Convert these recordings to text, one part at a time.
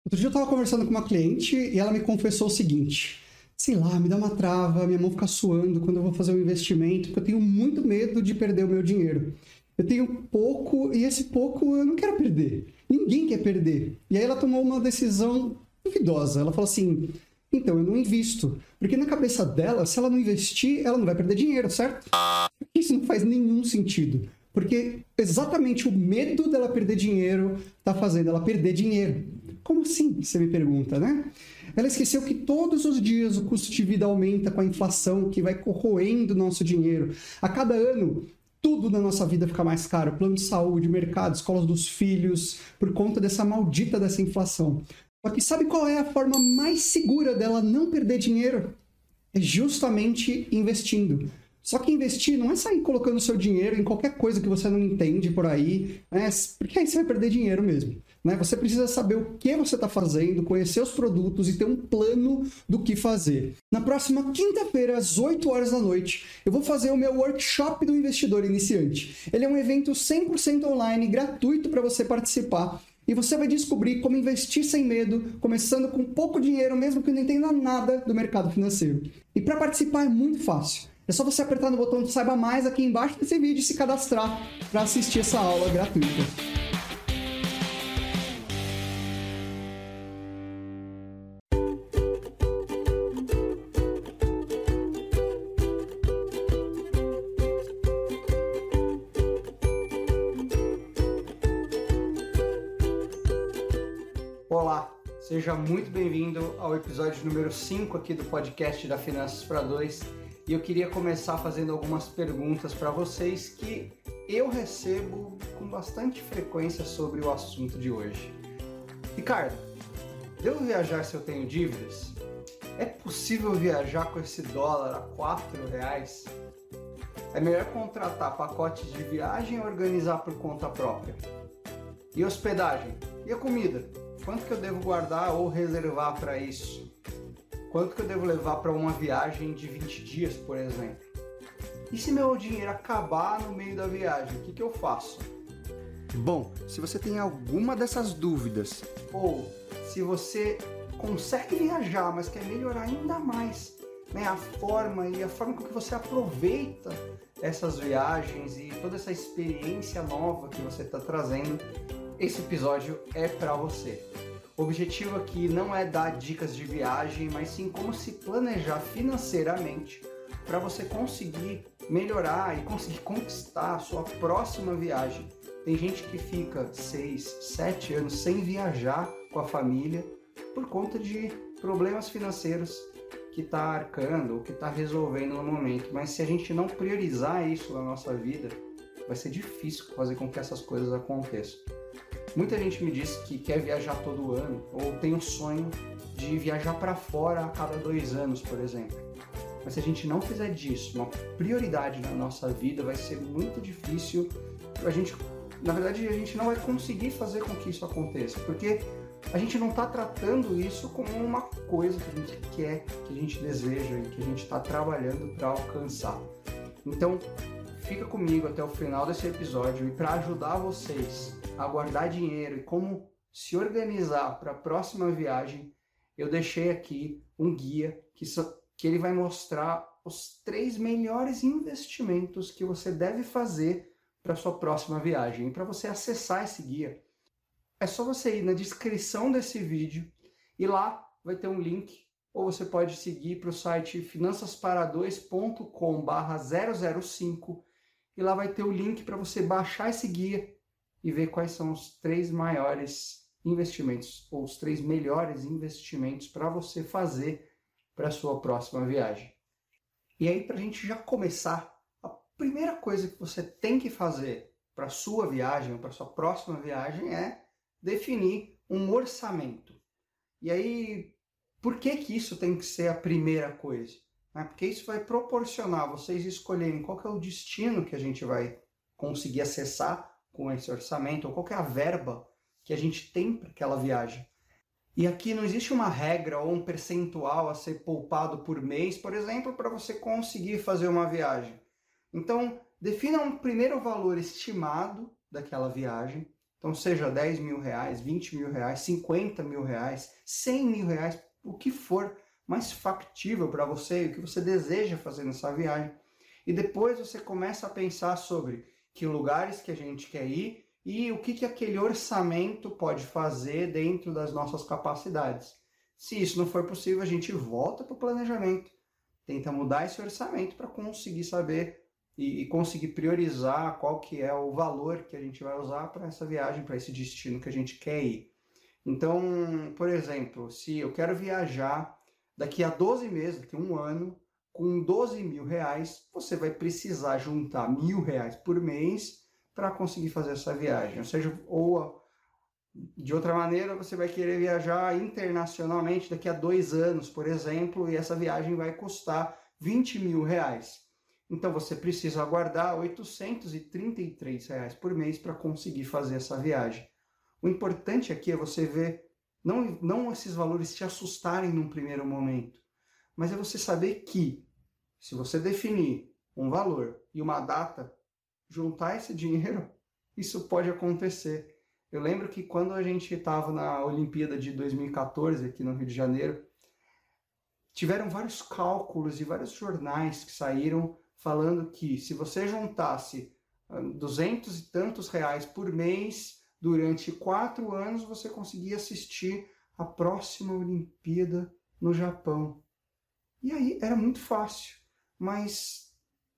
Outro dia eu estava conversando com uma cliente e ela me confessou o seguinte: sei lá, me dá uma trava, minha mão fica suando quando eu vou fazer um investimento, porque eu tenho muito medo de perder o meu dinheiro. Eu tenho pouco e esse pouco eu não quero perder. Ninguém quer perder. E aí ela tomou uma decisão duvidosa. Ela falou assim: então eu não invisto. Porque na cabeça dela, se ela não investir, ela não vai perder dinheiro, certo? Isso não faz nenhum sentido. Porque exatamente o medo dela perder dinheiro está fazendo ela perder dinheiro. Como assim? Você me pergunta, né? Ela esqueceu que todos os dias o custo de vida aumenta com a inflação que vai corroendo o nosso dinheiro. A cada ano, tudo na nossa vida fica mais caro. Plano de saúde, mercado, escolas dos filhos, por conta dessa maldita dessa inflação. Só que sabe qual é a forma mais segura dela não perder dinheiro? É justamente investindo. Só que investir não é sair colocando seu dinheiro em qualquer coisa que você não entende por aí, né? Porque aí você vai perder dinheiro mesmo. Né? Você precisa saber o que você está fazendo, conhecer os produtos e ter um plano do que fazer. Na próxima quinta-feira, às 8 horas da noite, eu vou fazer o meu workshop do investidor iniciante. Ele é um evento 100% online, gratuito para você participar. E você vai descobrir como investir sem medo, começando com pouco dinheiro, mesmo que não entenda nada do mercado financeiro. E para participar é muito fácil. É só você apertar no botão de Saiba Mais aqui embaixo desse vídeo e se cadastrar para assistir essa aula gratuita. Olá, seja muito bem-vindo ao episódio número 5 aqui do podcast da Finanças para Dois. E eu queria começar fazendo algumas perguntas para vocês que eu recebo com bastante frequência sobre o assunto de hoje. Ricardo, devo viajar se eu tenho dívidas? É possível viajar com esse dólar a R$4? É melhor contratar pacotes de viagem ou organizar por conta própria? E hospedagem? E a comida? Quanto que eu devo guardar ou reservar para isso? Quanto que eu devo levar para uma viagem de 20 dias, por exemplo? E se meu dinheiro acabar no meio da viagem, o que eu faço? Bom, se você tem alguma dessas dúvidas, ou se você consegue viajar, mas quer melhorar ainda mais, né, a forma com que você aproveita essas viagens e toda essa experiência nova que você está trazendo, esse episódio é para você. O objetivo aqui não é dar dicas de viagem, mas sim como se planejar financeiramente para você conseguir melhorar e conseguir conquistar a sua próxima viagem. Tem gente que fica 6, 7 anos sem viajar com a família por conta de problemas financeiros que está arcando ou que está resolvendo no momento. Mas se a gente não priorizar isso na nossa vida, vai ser difícil fazer com que essas coisas aconteçam. Muita gente me diz que quer viajar todo ano ou tem o sonho de viajar para fora a cada 2 anos, por exemplo. Mas se a gente não fizer disso uma prioridade na nossa vida, vai ser muito difícil. A gente não vai conseguir fazer com que isso aconteça, porque a gente não está tratando isso como uma coisa que a gente quer, que a gente deseja e que a gente está trabalhando para alcançar. Então, fica comigo até o final desse episódio e para ajudar vocês a guardar dinheiro e como se organizar para a próxima viagem, eu deixei aqui um guia que ele vai mostrar os 3 melhores investimentos que você deve fazer para a sua próxima viagem. E para você acessar esse guia, é só você ir na descrição desse vídeo e lá vai ter um link, ou você pode seguir para o site finançaspara2.com/005 e lá vai ter o link para você baixar esse guia e ver quais são os 3 maiores investimentos, ou os 3 melhores investimentos para você fazer para a sua próxima viagem. E aí, para a gente já começar, a primeira coisa que você tem que fazer para a sua viagem, ou para a sua próxima viagem, é definir um orçamento. E aí, por que isso tem que ser a primeira coisa? Porque isso vai proporcionar vocês escolherem qual que é o destino que a gente vai conseguir acessar com esse orçamento, ou qual que é a verba que a gente tem para aquela viagem. E aqui não existe uma regra ou um percentual a ser poupado por mês, por exemplo, para você conseguir fazer uma viagem. Então, defina um primeiro valor estimado daquela viagem Então, seja 10 mil reais, 20 mil reais, 50 mil reais, 100 mil reais, o que for mais factível para você, o que você deseja fazer nessa viagem. E depois você começa a pensar sobre que lugares que a gente quer ir e o que aquele orçamento pode fazer dentro das nossas capacidades. Se isso não for possível, a gente volta para o planejamento, tenta mudar esse orçamento para conseguir saber e conseguir priorizar qual que é o valor que a gente vai usar para essa viagem, para esse destino que a gente quer ir. Então, por exemplo, se eu quero viajar daqui a 12 meses, daqui a um ano, com 12 mil reais, você vai precisar juntar R$ 1.000 por mês para conseguir fazer essa viagem. Ou seja, ou de outra maneira, você vai querer viajar internacionalmente daqui a 2 anos, por exemplo, e essa viagem vai custar R$ 20 mil. Então você precisa guardar R$ 833 por mês para conseguir fazer essa viagem. O importante aqui é você ver, não esses valores te assustarem num primeiro momento, mas é você saber que, se você definir um valor e uma data, juntar esse dinheiro, isso pode acontecer. Eu lembro que quando a gente estava na Olimpíada de 2014, aqui no Rio de Janeiro, tiveram vários cálculos e vários jornais que saíram falando que se você juntasse 200 e tantos reais por mês durante 4 anos, você conseguia assistir a próxima Olimpíada no Japão. E aí era muito fácil, mas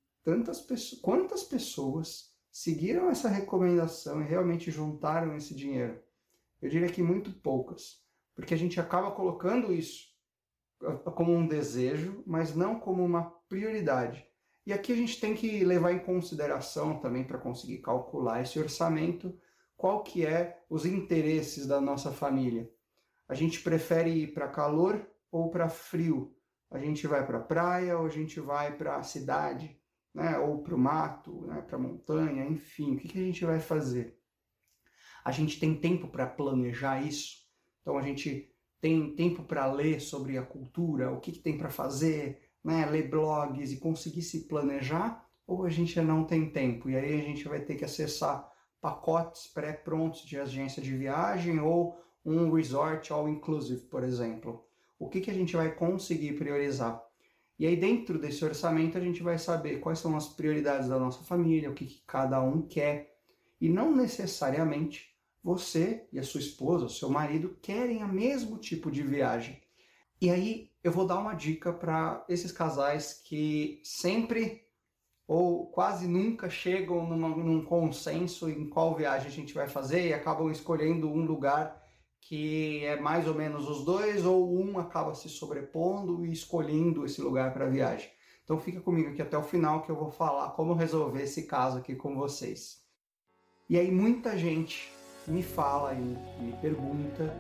quantas pessoas seguiram essa recomendação e realmente juntaram esse dinheiro? Eu diria que muito poucas, porque a gente acaba colocando isso como um desejo, mas não como uma prioridade. E aqui a gente tem que levar em consideração também, para conseguir calcular esse orçamento, qual que é os interesses da nossa família. A gente prefere ir para calor ou para frio? A gente vai para a praia ou a gente vai para a cidade, né? Ou para o mato, né? Para a montanha, enfim, o que a gente vai fazer? A gente tem tempo para planejar isso? Então a gente tem tempo para ler sobre a cultura, o que tem para fazer, né? Ler blogs e conseguir se planejar? Ou a gente não tem tempo? E aí a gente vai ter que acessar pacotes pré-prontos de agência de viagem ou um resort all-inclusive, por exemplo. O que a gente vai conseguir priorizar? E aí dentro desse orçamento a gente vai saber quais são as prioridades da nossa família, o que cada um quer. E não necessariamente você e a sua esposa, o seu marido, querem o mesmo tipo de viagem. E aí eu vou dar uma dica para esses casais que sempre ou quase nunca chegam num consenso em qual viagem a gente vai fazer e acabam escolhendo um lugar que é mais ou menos os dois, ou um acaba se sobrepondo e escolhendo esse lugar para a viagem. Então fica comigo aqui até o final que eu vou falar como resolver esse caso aqui com vocês. E aí muita gente me fala e me pergunta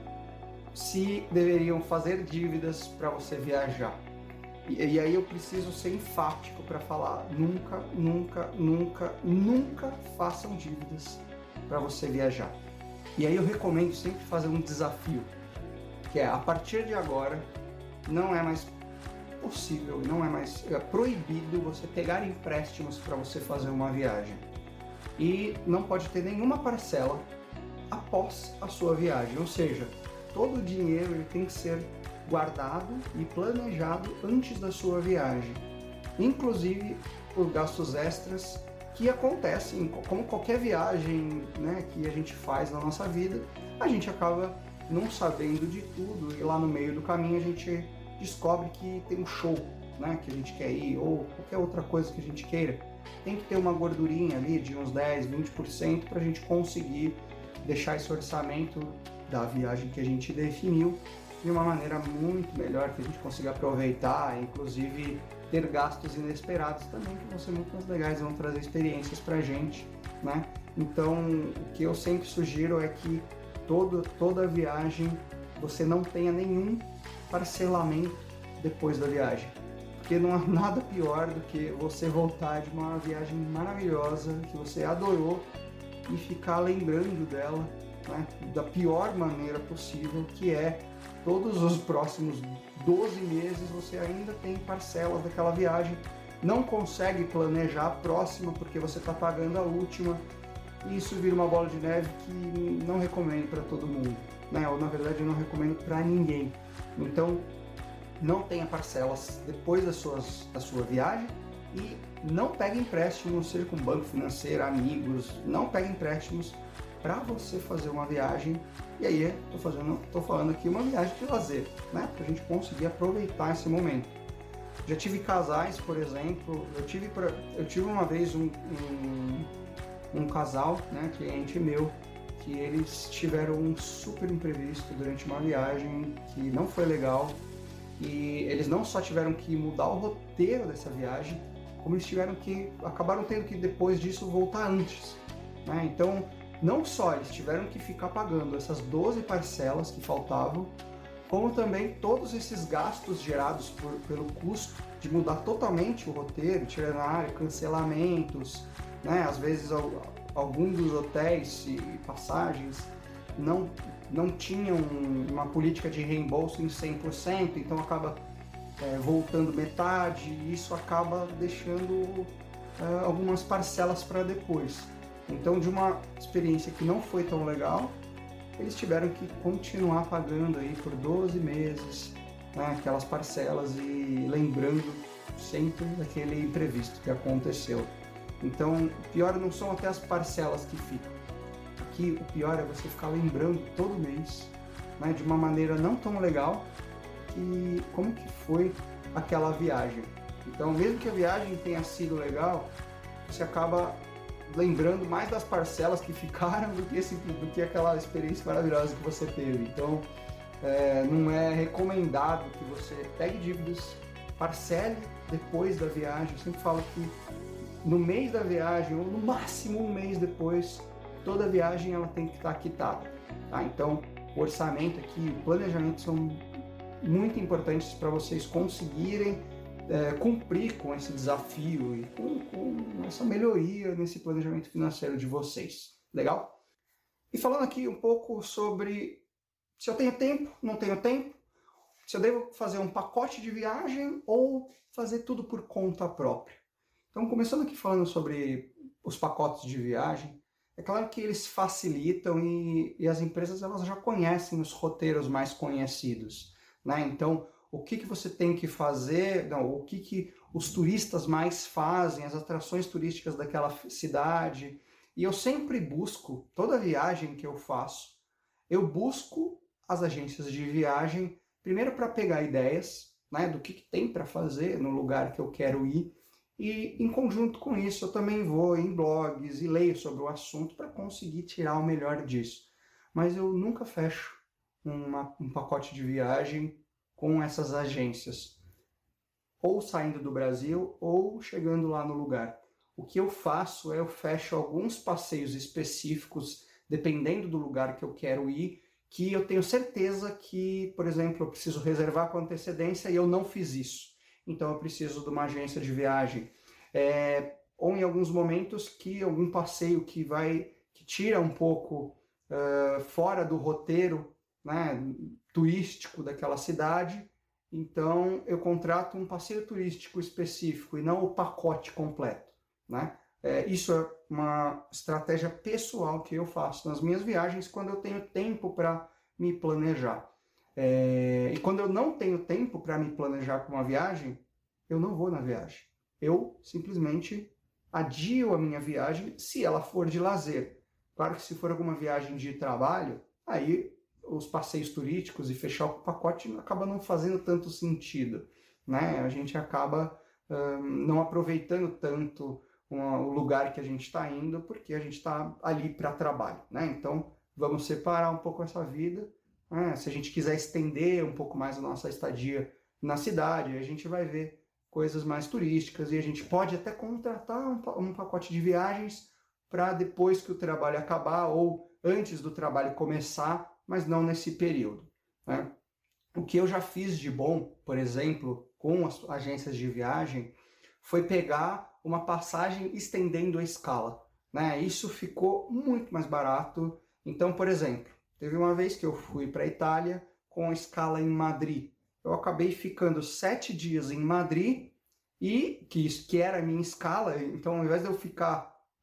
se deveriam fazer dívidas para você viajar. E aí eu preciso ser enfático para falar, nunca, nunca, nunca, nunca façam dívidas para você viajar. E aí eu recomendo sempre fazer um desafio, que é, a partir de agora, não é mais possível, não é mais proibido você pegar empréstimos para você fazer uma viagem. E não pode ter nenhuma parcela após a sua viagem, ou seja, todo o dinheiro ele tem que ser guardado e planejado antes da sua viagem. Inclusive os gastos extras que acontecem, como qualquer viagem, né, que a gente faz na nossa vida, a gente acaba não sabendo de tudo e lá no meio do caminho a gente descobre que tem um show, né, que a gente quer ir, ou qualquer outra coisa que a gente queira. Tem que ter uma gordurinha ali de uns 10, 20% para a gente conseguir deixar esse orçamento da viagem que a gente definiu de uma maneira muito melhor, que a gente consiga aproveitar, inclusive ter gastos inesperados também, que vão ser muito mais legais, vão trazer experiências pra gente, né? Então, o que eu sempre sugiro é que toda viagem você não tenha nenhum parcelamento depois da viagem, porque não há nada pior do que você voltar de uma viagem maravilhosa, que você adorou, e ficar lembrando dela, né, da pior maneira possível, que é todos os próximos 12 meses você ainda tem parcelas daquela viagem, não consegue planejar a próxima porque você está pagando a última, e isso vira uma bola de neve que não recomendo para todo mundo, né? Ou na verdade eu não recomendo para ninguém. Então, não tenha parcelas depois da sua viagem e não pegue empréstimos, seja com banco financeiro, amigos, não pegue empréstimos para você fazer uma viagem. E aí tô falando aqui uma viagem de lazer, né? Para a gente conseguir aproveitar esse momento. Já tive casais, por exemplo, eu tive uma vez um casal, né, cliente meu, que eles tiveram um super imprevisto durante uma viagem que não foi legal. E eles não só tiveram que mudar o roteiro dessa viagem, como eles acabaram tendo que depois disso voltar antes, né? Então, não só eles tiveram que ficar pagando essas 12 parcelas que faltavam, como também todos esses gastos gerados pelo custo de mudar totalmente o roteiro, itinerário, cancelamentos, né? Às vezes alguns dos hotéis e passagens não tinham uma política de reembolso em 100%, então acaba voltando metade, e isso acaba deixando algumas parcelas para depois. Então, de uma experiência que não foi tão legal, eles tiveram que continuar pagando aí por 12 meses, né, aquelas parcelas, e lembrando sempre daquele imprevisto que aconteceu. Então, o pior não são até as parcelas que ficam. Aqui, o pior é você ficar lembrando todo mês, né, de uma maneira não tão legal, como que foi aquela viagem. Então, mesmo que a viagem tenha sido legal, você acaba lembrando mais das parcelas que ficaram do que aquela experiência maravilhosa que você teve. Então, não é recomendado que você pegue dívidas, parcele depois da viagem. Eu sempre falo que no mês da viagem, ou no máximo um mês depois, toda a viagem ela tem que estar quitada, tá? Então, o orçamento aqui, o planejamento são muito importantes para vocês conseguirem cumprir com esse desafio e com essa melhoria nesse planejamento financeiro de vocês. Legal? E falando aqui um pouco sobre se eu tenho tempo, não tenho tempo, se eu devo fazer um pacote de viagem ou fazer tudo por conta própria. Então, começando aqui falando sobre os pacotes de viagem, é claro que eles facilitam e as empresas elas já conhecem os roteiros mais conhecidos, né? Então, o que você tem que fazer, o que os turistas mais fazem, as atrações turísticas daquela cidade. E eu sempre busco, toda viagem que eu faço, eu busco as agências de viagem, primeiro para pegar ideias, né, do que tem para fazer no lugar que eu quero ir. E, em conjunto com isso, eu também vou em blogs e leio sobre o assunto para conseguir tirar o melhor disso. Mas eu nunca fecho um pacote de viagem com essas agências, ou saindo do Brasil, ou chegando lá no lugar. O que eu faço é eu fecho alguns passeios específicos, dependendo do lugar que eu quero ir, que eu tenho certeza que, por exemplo, eu preciso reservar com antecedência e eu não fiz isso. Então eu preciso de uma agência de viagem. Ou em alguns momentos que algum passeio que tira um pouco fora do roteiro, né, turístico daquela cidade, então eu contrato um passeio turístico específico e não o pacote completo, né? Isso é uma estratégia pessoal que eu faço nas minhas viagens quando eu tenho tempo para me planejar. E quando eu não tenho tempo para me planejar com uma viagem, eu não vou na viagem. Eu simplesmente adio a minha viagem se ela for de lazer. Claro que se for alguma viagem de trabalho, aí os passeios turísticos e fechar o pacote acaba não fazendo tanto sentido, né? A gente acaba não aproveitando tanto o lugar que a gente está indo, porque a gente está ali para trabalho, né? Então, vamos separar um pouco essa vida. Se a gente quiser estender um pouco mais a nossa estadia na cidade, a gente vai ver coisas mais turísticas e a gente pode até contratar um pacote de viagens para depois que o trabalho acabar ou antes do trabalho começar, mas não nesse período, né? O que eu já fiz de bom, por exemplo, com as agências de viagem, foi pegar uma passagem estendendo a escala, né? Isso ficou muito mais barato. Então, por exemplo, teve uma vez que eu fui para a Itália com escala em Madrid. Eu acabei ficando 7 dias em Madrid, e que era a minha escala. Então, ao invés de eu ficar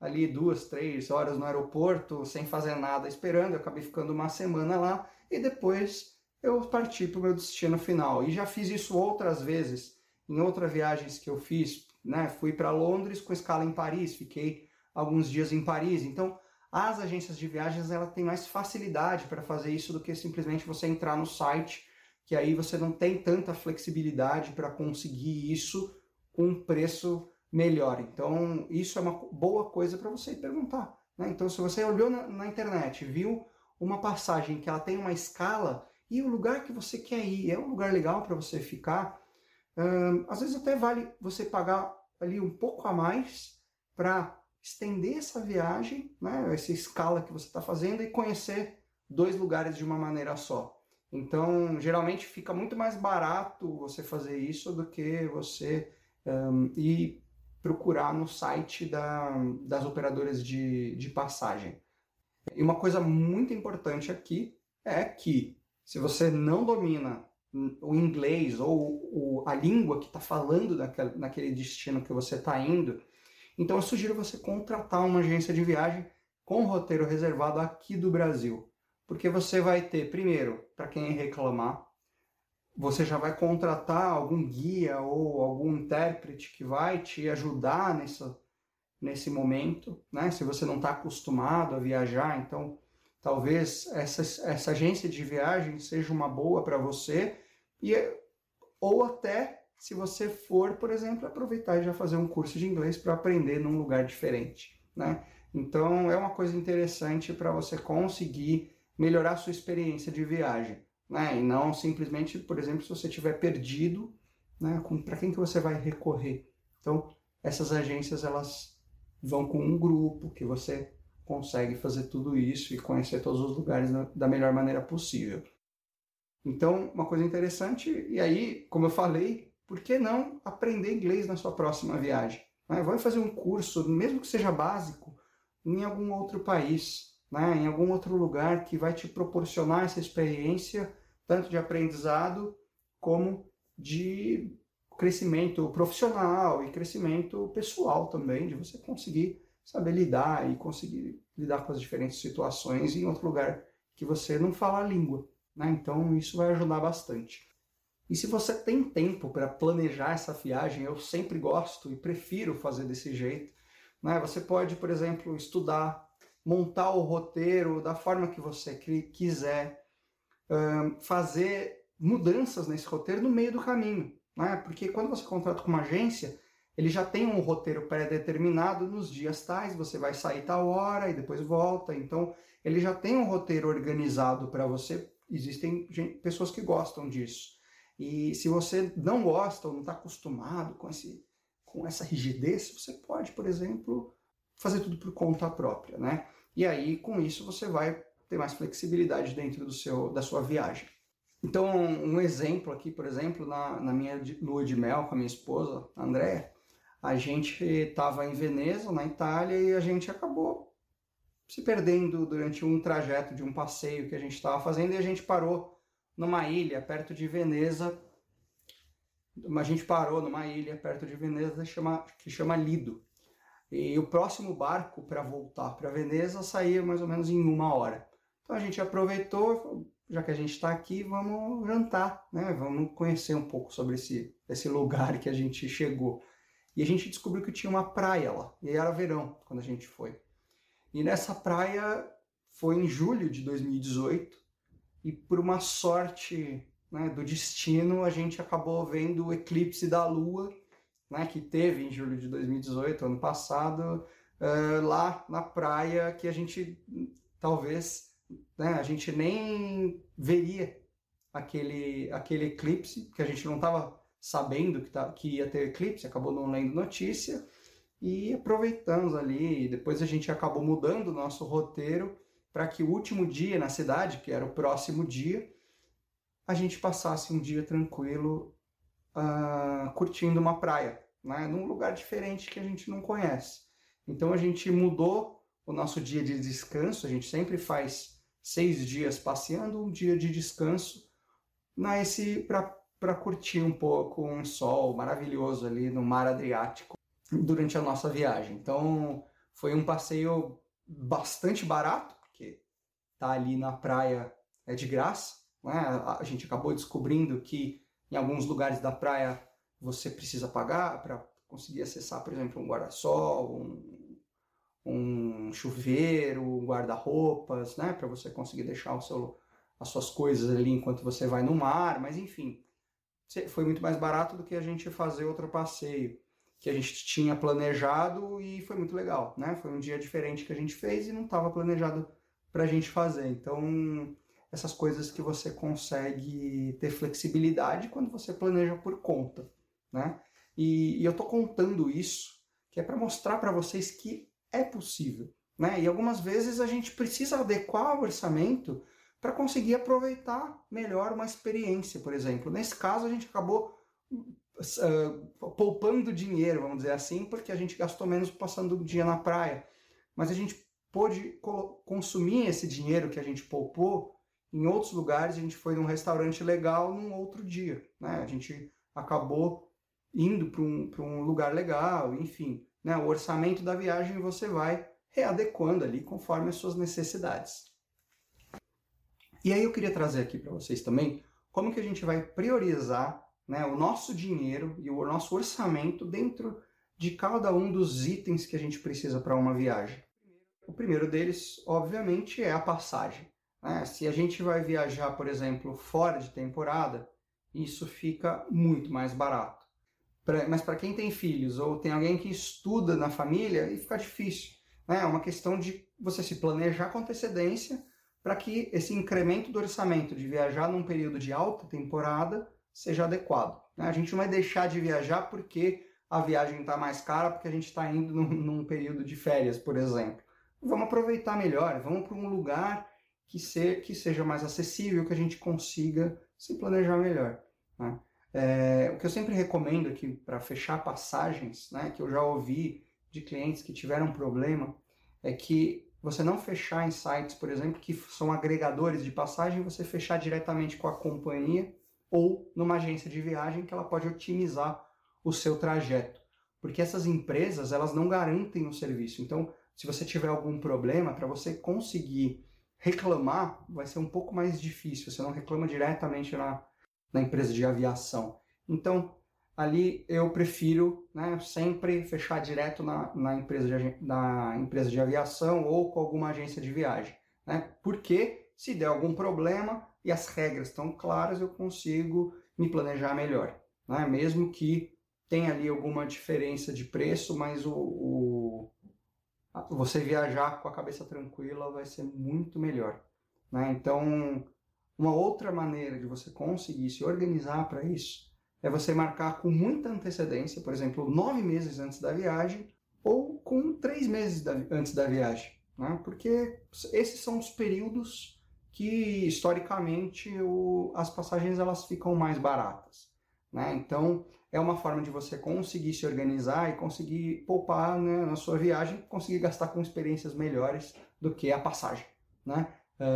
ali 2, 3 horas no aeroporto, sem fazer nada, esperando. Eu acabei ficando uma semana lá e depois eu parti para o meu destino final. E já fiz isso outras vezes, em outras viagens que eu fiz, né? Fui para Londres com escala em Paris, fiquei alguns dias em Paris. Então, as agências de viagens ela têm mais facilidade para fazer isso do que simplesmente você entrar no site, que aí você não tem tanta flexibilidade para conseguir isso com um preço melhor. Então, isso é uma boa coisa para você perguntar, né? Então, se você olhou na internet, viu uma passagem que ela tem uma escala e o lugar que você quer ir é um lugar legal para você ficar, às vezes até vale você pagar ali um pouco a mais para estender essa viagem, né, essa escala que você está fazendo e conhecer 2 lugares de uma maneira só. Então, geralmente fica muito mais barato você fazer isso do que você ir procurar no site das operadoras de passagem. E uma coisa muito importante aqui é que se você não domina o inglês ou a língua que está falando naquele destino que você está indo, então eu sugiro você contratar uma agência de viagem com roteiro reservado aqui do Brasil. Porque você vai ter, primeiro, para quem reclamar, você já vai contratar algum guia ou algum intérprete que vai te ajudar nesse momento, né? Se você não está acostumado a viajar, então talvez essa agência de viagem seja uma boa para você, ou até se você for, por exemplo, aproveitar e já fazer um curso de inglês para aprender num lugar diferente, né? Então é uma coisa interessante para você conseguir melhorar a sua experiência de viagem, né? E não simplesmente, por exemplo, se você estiver perdido, né? Para quem que você vai recorrer? Então essas agências elas vão com um grupo que você consegue fazer tudo isso e conhecer todos os lugares da melhor maneira possível. Então, uma coisa interessante, e aí, como eu falei, por que não aprender inglês na sua próxima viagem? Né? Vai fazer um curso, mesmo que seja básico, em algum outro país, né? Em algum outro lugar que vai te proporcionar essa experiência, tanto de aprendizado como de crescimento profissional e crescimento pessoal também, de você conseguir saber lidar e conseguir lidar com as diferentes situações em outro lugar que você não fala a língua, né? Então isso vai ajudar bastante. E se você tem tempo para planejar essa viagem, eu sempre gosto e prefiro fazer desse jeito, né? Você pode, por exemplo, estudar, montar o roteiro da forma que você quiser, fazer mudanças nesse roteiro no meio do caminho, né? Porque quando você contrata com uma agência, ele já tem um roteiro pré-determinado nos dias tais, você vai sair tal hora e depois volta, então ele já tem um roteiro organizado para você. Existem pessoas que gostam disso. E se você não gosta ou não está acostumado com essa rigidez, você pode, por exemplo, fazer tudo por conta própria, né? E aí, com isso, você vai ter mais flexibilidade dentro da sua viagem. Então, um exemplo aqui, por exemplo, na minha lua de mel com a minha esposa, a Andrea, a gente estava em Veneza, na Itália, e a gente acabou se perdendo durante um trajeto de um passeio que a gente estava fazendo, e a gente parou numa ilha perto de Veneza. A gente parou numa ilha perto de Veneza que chama Lido. E o próximo barco para voltar para Veneza saía mais ou menos em 1 hora. Então a gente aproveitou, já que a gente está aqui, vamos jantar, né? Vamos conhecer um pouco sobre esse lugar que a gente chegou. E a gente descobriu que tinha uma praia lá, e era verão quando a gente foi. E nessa praia foi em julho de 2018, e por uma sorte, né, do destino, a gente acabou vendo o eclipse da Lua, né, que teve em julho de 2018, ano passado, lá na praia, que a gente talvez, né, a gente nem veria aquele eclipse, que a gente não estava sabendo que ia ter eclipse, acabou não lendo notícia, e aproveitamos ali. E depois a gente acabou mudando o nosso roteiro para que o último dia na cidade, que era o próximo dia, a gente passasse um dia tranquilo, curtindo uma praia, né, num lugar diferente que a gente não conhece. Então a gente mudou o nosso dia de descanso, a gente sempre faz 6 dias passeando, um dia de descanso, para curtir um pouco um sol maravilhoso ali no Mar Adriático durante a nossa viagem. Então Foi um passeio bastante barato, porque tá ali na praia é de graça, né? A gente acabou descobrindo que em alguns lugares da praia você precisa pagar para conseguir acessar, por exemplo, um guarda-sol, um chuveiro, um guarda-roupas, né? Para você conseguir deixar as suas coisas ali enquanto você vai no mar, mas enfim, foi muito mais barato do que a gente fazer outro passeio que a gente tinha planejado e foi muito legal, né? Foi um dia diferente que a gente fez e não estava planejado para a gente fazer. Então, essas coisas que você consegue ter flexibilidade quando você planeja por conta, né? E eu estou contando isso, que é para mostrar para vocês que é possível, né? E algumas vezes a gente precisa adequar o orçamento para conseguir aproveitar melhor uma experiência, por exemplo. Nesse caso, a gente acabou poupando dinheiro, vamos dizer assim, porque a gente gastou menos passando o dia na praia. Mas a gente pôde consumir esse dinheiro que a gente poupou em outros lugares. A gente foi num restaurante legal num outro dia, né? A gente acabou indo para um lugar legal, enfim, né? O orçamento da viagem você vai readequando ali conforme as suas necessidades. E aí eu queria trazer aqui para vocês também como que a gente vai priorizar, né, o nosso dinheiro e o nosso orçamento dentro de cada um dos itens que a gente precisa para uma viagem. O primeiro deles, obviamente, é a passagem, né? Se a gente vai viajar, por exemplo, fora de temporada, isso fica muito mais barato. Mas para quem tem filhos ou tem alguém que estuda na família, aí fica difícil, né? É uma questão de você se planejar com antecedência para que esse incremento do orçamento de viajar num período de alta temporada seja adequado, né? A gente não vai deixar de viajar porque a viagem está mais cara, porque a gente está indo num período de férias, por exemplo. Vamos aproveitar melhor, vamos para um lugar que seja mais acessível, que a gente consiga se planejar melhor, né? O que eu sempre recomendo aqui para fechar passagens, né, que eu já ouvi de clientes que tiveram problema, é que você não fechar em sites, por exemplo, que são agregadores de passagem, você fechar diretamente com a companhia ou numa agência de viagem que ela pode otimizar o seu trajeto. Porque essas empresas, elas não garantem o serviço. Então, se você tiver algum problema, para você conseguir reclamar, vai ser um pouco mais difícil. Você não reclama diretamente na empresa de aviação. Então, ali eu prefiro, né, sempre fechar direto na empresa de aviação ou com alguma agência de viagem, né? Porque se der algum problema e as regras estão claras, eu consigo me planejar melhor, né? Mesmo que tenha ali alguma diferença de preço, mas você viajar com a cabeça tranquila vai ser muito melhor, né? Então, uma outra maneira de você conseguir se organizar para isso é você marcar com muita antecedência, por exemplo, 9 meses antes da viagem ou com 3 meses antes da viagem, né? Porque esses são os períodos que, historicamente, as passagens elas ficam mais baratas, né? Então, é uma forma de você conseguir se organizar e conseguir poupar, né, na sua viagem, conseguir gastar com experiências melhores do que a passagem, né?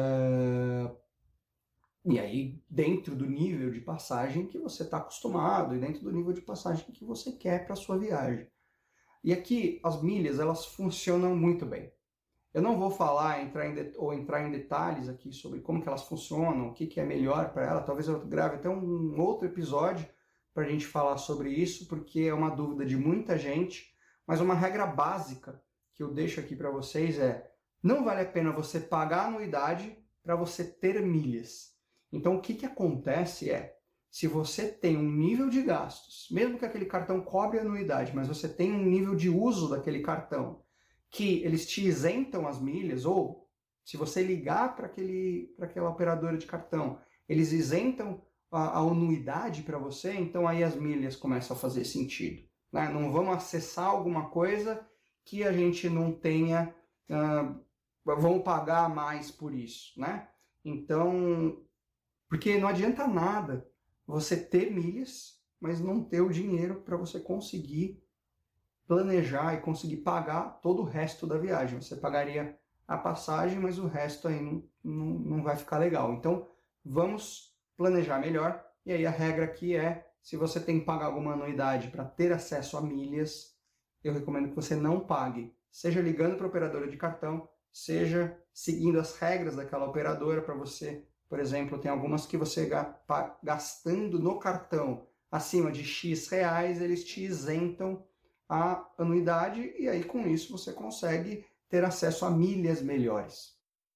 E aí, dentro do nível de passagem que você está acostumado e dentro do nível de passagem que você quer para a sua viagem. E aqui, as milhas, elas funcionam muito bem. Eu não vou falar, entrar em detalhes aqui sobre como que elas funcionam, o que é melhor para ela. Talvez eu grave até um outro episódio para a gente falar sobre isso, porque é uma dúvida de muita gente. Mas uma regra básica que eu deixo aqui para vocês é: não vale a pena você pagar anuidade para você ter milhas. Então, o que acontece é, se você tem um nível de gastos, mesmo que aquele cartão cobre a anuidade, mas você tem um nível de uso daquele cartão que eles te isentam as milhas, ou se você ligar para aquela operadora de cartão, eles isentam a anuidade para você, então aí as milhas começam a fazer sentido, né? Não vamos acessar alguma coisa que a gente não tenha, vamos pagar mais por isso, né? Então, porque não adianta nada você ter milhas, mas não ter o dinheiro para você conseguir planejar e conseguir pagar todo o resto da viagem. Você pagaria a passagem, mas o resto aí não vai ficar legal. Então, vamos planejar melhor. E aí a regra aqui é, se você tem que pagar alguma anuidade para ter acesso a milhas, eu recomendo que você não pague. seja ligando para a operadora de cartão, seja seguindo as regras daquela operadora para você, por exemplo, tem algumas que você gastando no cartão acima de X reais, eles te isentam a anuidade e aí com isso você consegue ter acesso a milhas melhores.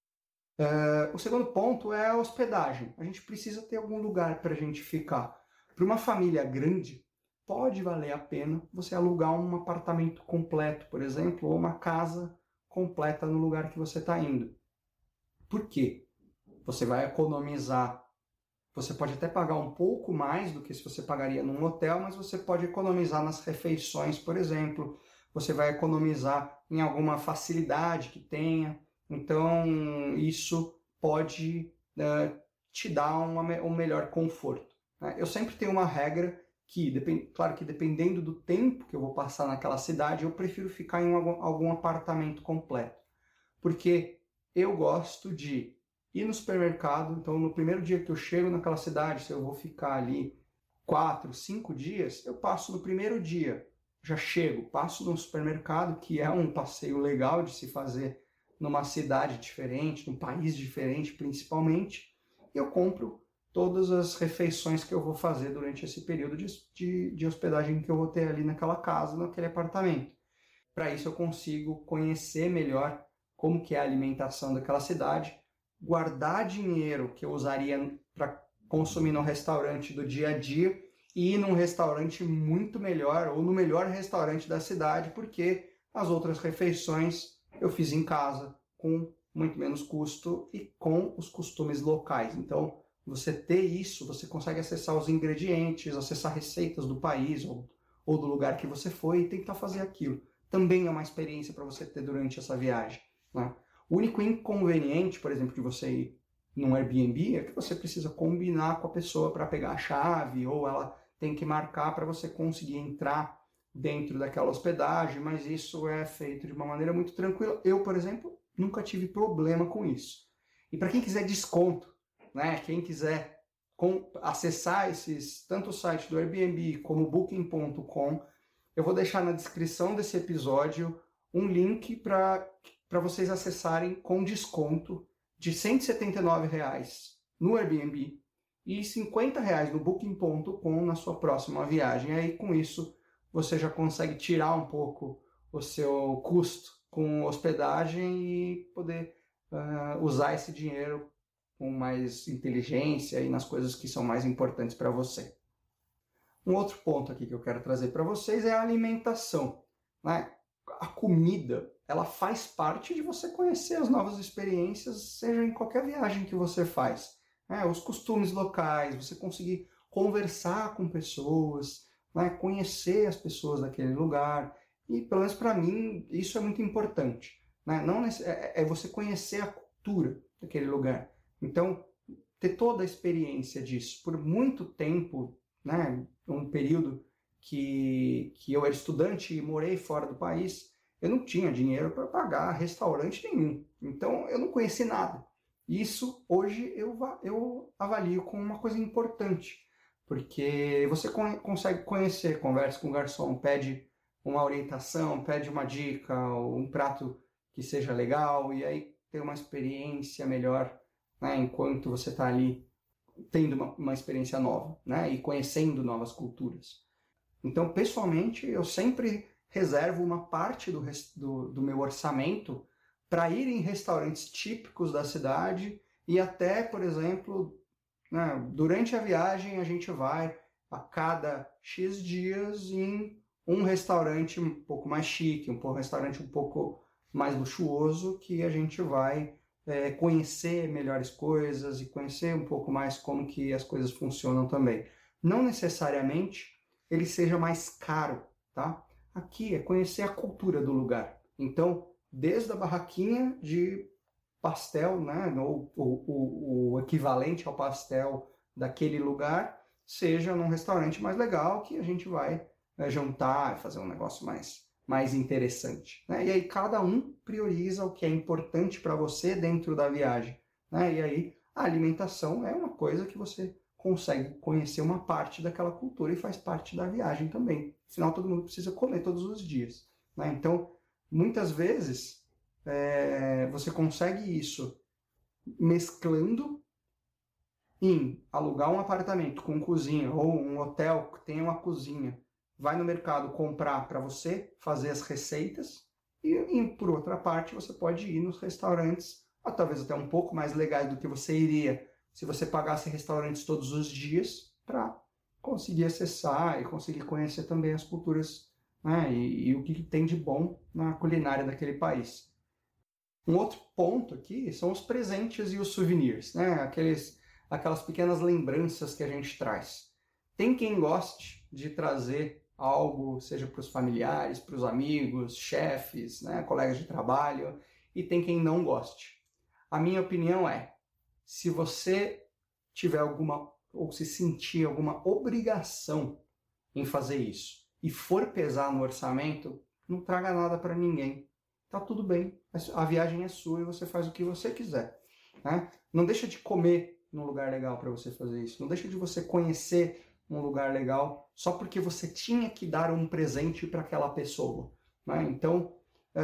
O segundo ponto é a hospedagem. A gente precisa ter algum lugar para a gente ficar. Para uma família grande, pode valer a pena você alugar um apartamento completo, por exemplo, ou uma casa completa no lugar que você está indo. Por quê? Você vai economizar. Você pode até pagar um pouco mais do que se você pagaria num hotel, mas você pode economizar nas refeições, por exemplo. Você vai economizar em alguma facilidade que tenha. Então, isso pode te dar um melhor conforto. Né? Eu sempre tenho uma regra que, claro que dependendo do tempo que eu vou passar naquela cidade, eu prefiro ficar em algum apartamento completo. Porque eu gosto de ir no supermercado, então no primeiro dia que eu chego naquela cidade, se eu vou ficar ali 4, 5 dias, eu passo no primeiro dia, já chego, passo no supermercado, que é um passeio legal de se fazer numa cidade diferente, num país diferente principalmente, e eu compro todas as refeições que eu vou fazer durante esse período de hospedagem que eu vou ter ali naquela casa, naquele apartamento. Para isso eu consigo conhecer melhor como que é a alimentação daquela cidade, guardar dinheiro que eu usaria para consumir no restaurante do dia a dia e ir num restaurante muito melhor ou no melhor restaurante da cidade, porque as outras refeições eu fiz em casa com muito menos custo e com os costumes locais. Então, você ter isso, você consegue acessar os ingredientes, acessar receitas do país ou do lugar que você foi e tentar fazer aquilo. Também é uma experiência para você ter durante essa viagem. Né? O único inconveniente, por exemplo, de você ir num Airbnb é que você precisa combinar com a pessoa para pegar a chave ou ela tem que marcar para você conseguir entrar dentro daquela hospedagem, mas isso é feito de uma maneira muito tranquila. Eu, por exemplo, nunca tive problema com isso. E para quem quiser desconto, né, quem quiser acessar tanto o site do Airbnb como o Booking.com, eu vou deixar na descrição desse episódio um link para vocês acessarem com desconto de R$ 179 no Airbnb e R$ 50 no Booking.com na sua próxima viagem. Aí, com isso, você já consegue tirar um pouco o seu custo com hospedagem e poder usar esse dinheiro com mais inteligência e nas coisas que são mais importantes para você. Um outro ponto aqui que eu quero trazer para vocês é a alimentação. Né? A comida, ela faz parte de você conhecer as novas experiências, seja em qualquer viagem que você faz. Né? Os costumes locais, você conseguir conversar com pessoas, né? Conhecer as pessoas daquele lugar. E, pelo menos para mim, isso é muito importante. Né? Não é você conhecer a cultura daquele lugar. Então, ter toda a experiência disso. Por muito tempo, né? Um período que eu era estudante e morei fora do país, eu não tinha dinheiro para pagar restaurante nenhum. Então, eu não conheci nada. Isso, hoje, eu avalio como uma coisa importante, porque você consegue conhecer, conversa com o garçom, pede uma orientação, pede uma dica, um prato que seja legal, e aí tem uma experiência melhor, né, enquanto você está ali tendo uma experiência nova, né, e conhecendo novas culturas. Então, pessoalmente, eu sempre reservo uma parte do meu orçamento para ir em restaurantes típicos da cidade e até, por exemplo, né, durante a viagem a gente vai a cada X dias em um restaurante um pouco mais chique, um restaurante um pouco mais luxuoso, que a gente vai conhecer melhores coisas e conhecer um pouco mais como que as coisas funcionam também. Não necessariamente ele seja mais caro, tá? Aqui é conhecer a cultura do lugar. Então, desde a barraquinha de pastel, né, ou o equivalente ao pastel daquele lugar, seja num restaurante mais legal que a gente vai jantar e fazer um negócio mais interessante. Né? E aí cada um prioriza o que é importante para você dentro da viagem. Né? E aí a alimentação é uma coisa que você consegue conhecer uma parte daquela cultura e faz parte da viagem também. Afinal, todo mundo precisa comer todos os dias. Né? Então, Muitas vezes você consegue isso mesclando em alugar um apartamento com cozinha ou um hotel que tenha uma cozinha, vai no mercado comprar para você fazer as receitas e, por outra parte, você pode ir nos restaurantes, ou talvez até um pouco mais legais do que você iria se você pagasse restaurantes todos os dias para conseguir acessar e conseguir conhecer também as culturas, né, e o que tem de bom na culinária daquele país. Um outro ponto aqui são os presentes e os souvenirs, né? Aquelas pequenas lembranças que a gente traz. Tem quem goste de trazer algo, seja para os familiares, para os amigos, chefes, né, colegas de trabalho, e tem quem não goste. A minha opinião é, se você tiver alguma, ou se sentir alguma obrigação em fazer isso, e for pesar no orçamento, não traga nada para ninguém. Tá tudo bem, a viagem é sua e você faz o que você quiser, né? Não deixa de comer num lugar legal para você fazer isso, não deixa de você conhecer um lugar legal só porque você tinha que dar um presente para aquela pessoa, né? Então,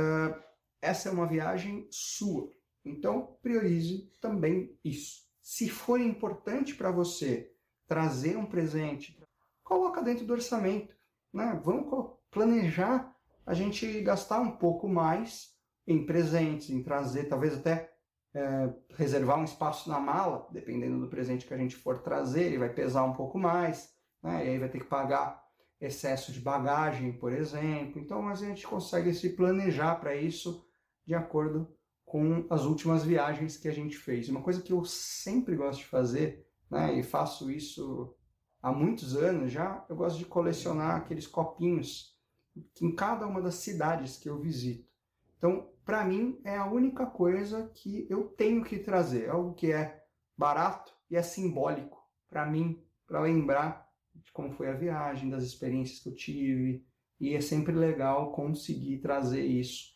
essa é uma viagem sua, então priorize também isso. Se for importante para você trazer um presente, coloca dentro do orçamento, né? Vamos planejar a gente gastar um pouco mais em presentes, em trazer, talvez até reservar um espaço na mala, dependendo do presente que a gente for trazer, ele vai pesar um pouco mais, né? E aí vai ter que pagar excesso de bagagem, por exemplo. Então a gente consegue se planejar para isso de acordo com as últimas viagens que a gente fez. Uma coisa que eu sempre gosto de fazer, né, e faço isso há muitos anos já, eu gosto de colecionar aqueles copinhos em cada uma das cidades que eu visito. Então, para mim, é a única coisa que eu tenho que trazer, algo que é barato e é simbólico para mim, para lembrar de como foi a viagem, das experiências que eu tive, e é sempre legal conseguir trazer isso.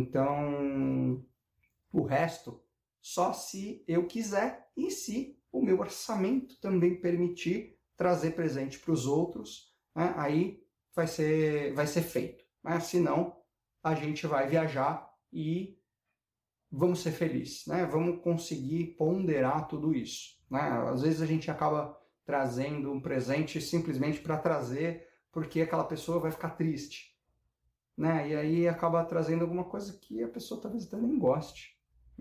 Então, o resto, só se eu quiser e se o meu orçamento também permitir trazer presente para os outros, né? Aí vai ser feito, né? Senão a gente vai viajar e vamos ser felizes, né? Vamos conseguir ponderar tudo isso, né? Às vezes a gente acaba trazendo um presente simplesmente para trazer porque aquela pessoa vai ficar triste, né? E aí acaba trazendo alguma coisa que a pessoa talvez até nem goste.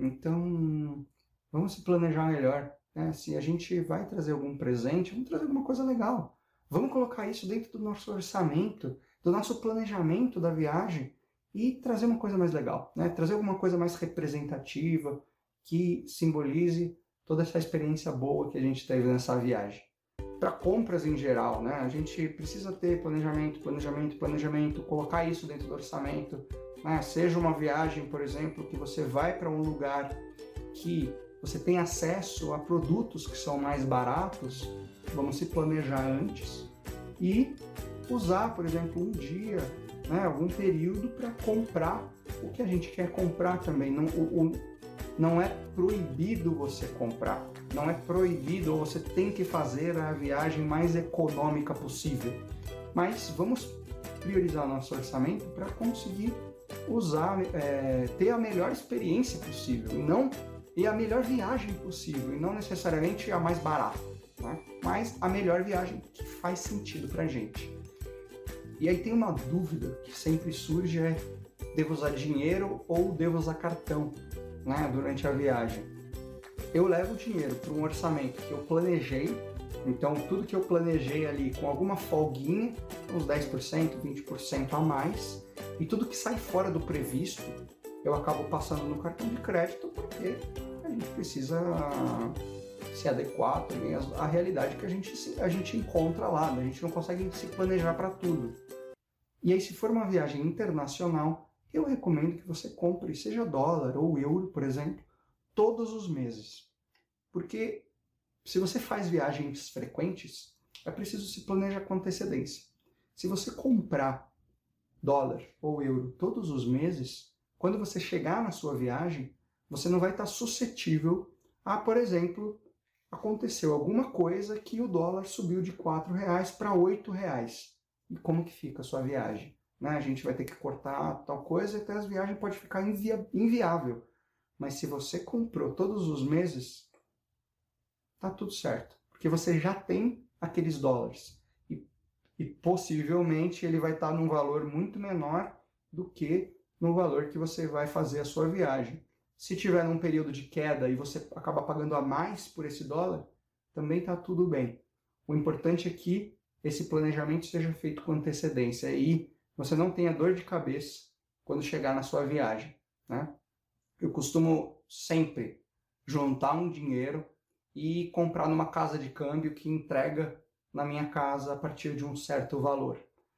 Então, vamos se planejar melhor, né? Se a gente vai trazer algum presente, vamos trazer alguma coisa legal. Vamos colocar isso dentro do nosso orçamento, do nosso planejamento da viagem e trazer uma coisa mais legal, né? Trazer alguma coisa mais representativa que simbolize toda essa experiência boa que a gente teve nessa viagem. Para compras em geral, né? A gente precisa ter planejamento, colocar isso dentro do orçamento, né? Seja uma viagem, por exemplo, que você vai para um lugar que você tem acesso a produtos que são mais baratos, vamos se planejar antes e usar, por exemplo, um dia, né, algum período para comprar o que a gente quer comprar também. Não é proibido você comprar, não é proibido ou você tem que fazer a viagem mais econômica possível, mas vamos priorizar nosso orçamento para conseguir usar, ter a melhor experiência possível e a melhor viagem possível, e não necessariamente a mais barata, né? Mas a melhor viagem que faz sentido para a gente. E aí tem uma dúvida que sempre surge, devo usar dinheiro ou devo usar cartão, né, durante a viagem? Eu levo o dinheiro para um orçamento que eu planejei, então tudo que eu planejei ali com alguma folguinha, uns 10%, 20% a mais, e tudo que sai fora do previsto, eu acabo passando no cartão de crédito porque a gente precisa se adequar também à realidade que a gente encontra lá, né? A gente não consegue se planejar para tudo. E aí, se for uma viagem internacional, eu recomendo que você compre, seja dólar ou euro, por exemplo, todos os meses. Porque se você faz viagens frequentes, é preciso se planejar com antecedência. Se você comprar dólar ou euro todos os meses, quando você chegar na sua viagem, você não vai estar suscetível a, por exemplo, aconteceu alguma coisa que o dólar subiu de R$ 4 para R$ 8. E como que fica a sua viagem? né? A gente vai ter que cortar tal coisa, e até as viagens pode ficar inviável. Mas se você comprou todos os meses, tá tudo certo, porque você já tem aqueles dólares e possivelmente ele vai estar num valor muito menor do que no valor que você vai fazer a sua viagem. Se tiver num período de queda e você acaba pagando a mais por esse dólar, também está tudo bem. O importante é que esse planejamento seja feito com antecedência e você não tenha dor de cabeça quando chegar na sua viagem, né? Eu costumo sempre juntar um dinheiro e comprar numa casa de câmbio que entrega na minha casa a partir de um certo valor.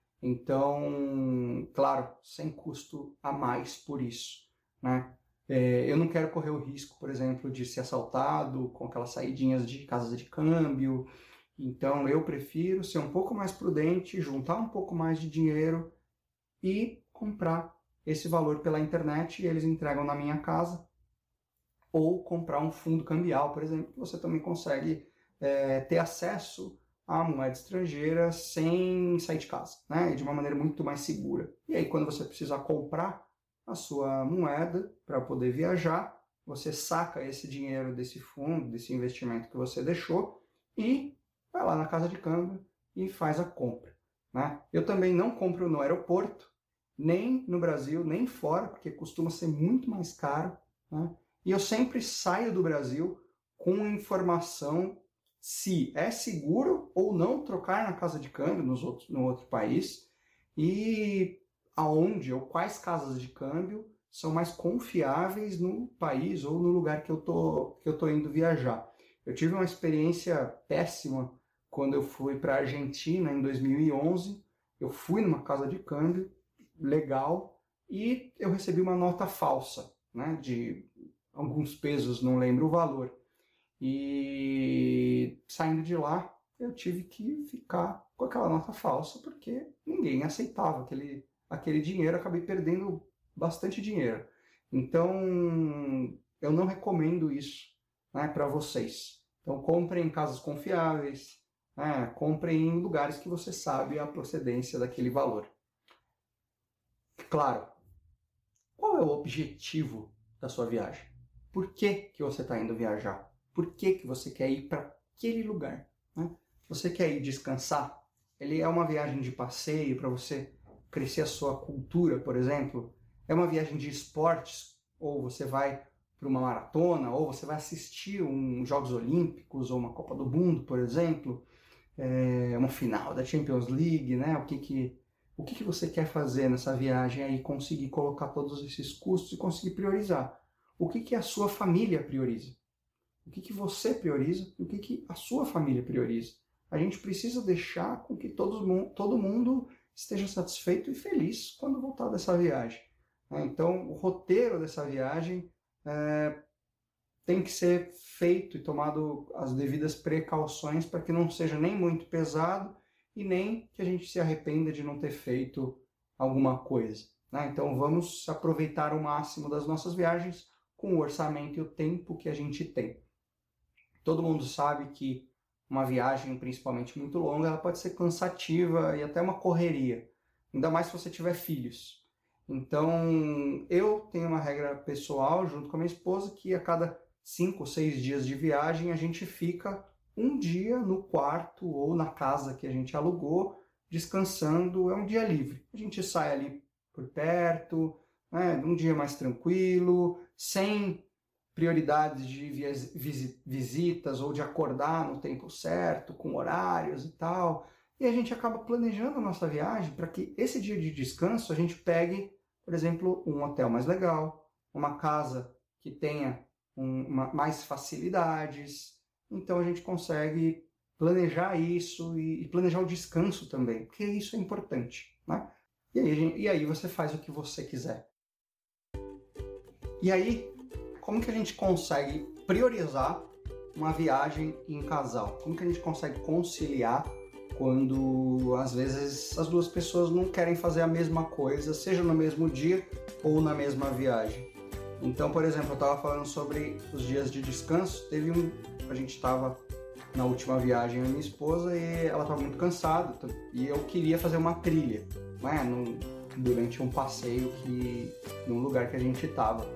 Então, claro, sem custo a mais por isso, né? Eu não quero correr o risco, por exemplo, de ser assaltado com aquelas saidinhas de casas de câmbio. Então, eu prefiro ser um pouco mais prudente, juntar um pouco mais de dinheiro e comprar esse valor pela internet e eles entregam na minha casa. Ou comprar um fundo cambial, por exemplo, que você também consegue ter acesso à moeda estrangeira sem sair de casa, né? De uma maneira muito mais segura. E aí, quando você precisar comprar a sua moeda para poder viajar, você saca esse dinheiro desse fundo, desse investimento que você deixou e vai lá na casa de câmbio e faz a compra, né? Eu também não compro no aeroporto, nem no Brasil, nem fora, porque costuma ser muito mais caro, né? E eu sempre saio do Brasil com informação se é seguro ou não trocar na casa de câmbio no outro país e aonde ou quais casas de câmbio são mais confiáveis no país ou no lugar que eu tô indo viajar. Eu tive uma experiência péssima quando eu fui para a Argentina em 2011. Eu fui numa casa de câmbio legal e eu recebi uma nota falsa, né, de alguns pesos, não lembro o valor. E saindo de lá, eu tive que ficar com aquela nota falsa, porque ninguém aceitava aquele dinheiro, acabei perdendo bastante dinheiro. Então, eu não recomendo isso, né, para vocês. Então, comprem em casas confiáveis, né, comprem em lugares que você sabe a procedência daquele valor. Claro, qual é o objetivo da sua viagem? Por que você está indo viajar? Por que você quer ir para aquele lugar, né? Você quer ir descansar? Ele é uma viagem de passeio para você crescer a sua cultura, por exemplo? É uma viagem de esportes? Ou você vai para uma maratona? Ou você vai assistir Jogos Olímpicos ou uma Copa do Mundo, por exemplo? Uma final da Champions League, né? O que você quer fazer nessa viagem aí? Conseguir colocar todos esses custos e conseguir priorizar. O que a sua família prioriza? O que você prioriza e o que a sua família prioriza? A gente precisa deixar com que todo mundo esteja satisfeito e feliz quando voltar dessa viagem. Então, o roteiro dessa viagem tem que ser feito e tomado as devidas precauções para que não seja nem muito pesado e nem que a gente se arrependa de não ter feito alguma coisa, né? Então, vamos aproveitar o máximo das nossas viagens com o orçamento e o tempo que a gente tem. Todo mundo sabe que uma viagem, principalmente muito longa, ela pode ser cansativa e até uma correria, ainda mais se você tiver filhos. Então, eu tenho uma regra pessoal, junto com a minha esposa, que a cada 5 ou 6 dias de viagem, a gente fica um dia no quarto ou na casa que a gente alugou, descansando, é um dia livre. A gente sai ali por perto, né, um dia mais tranquilo, sem prioridades de visitas ou de acordar no tempo certo, com horários e tal. E a gente acaba planejando a nossa viagem para que esse dia de descanso a gente pegue, por exemplo, um hotel mais legal, uma casa que tenha mais facilidades. Então a gente consegue planejar isso e planejar o descanso também, porque isso é importante, né? E aí você faz o que você quiser. E aí, como que a gente consegue priorizar uma viagem em casal? Como que a gente consegue conciliar quando, às vezes, as duas pessoas não querem fazer a mesma coisa, seja no mesmo dia ou na mesma viagem? Então, por exemplo, eu estava falando sobre os dias de descanso. A gente estava na última viagem, eu e minha esposa, e ela estava muito cansada, e eu queria fazer uma trilha, né? durante um passeio num lugar que a gente estava.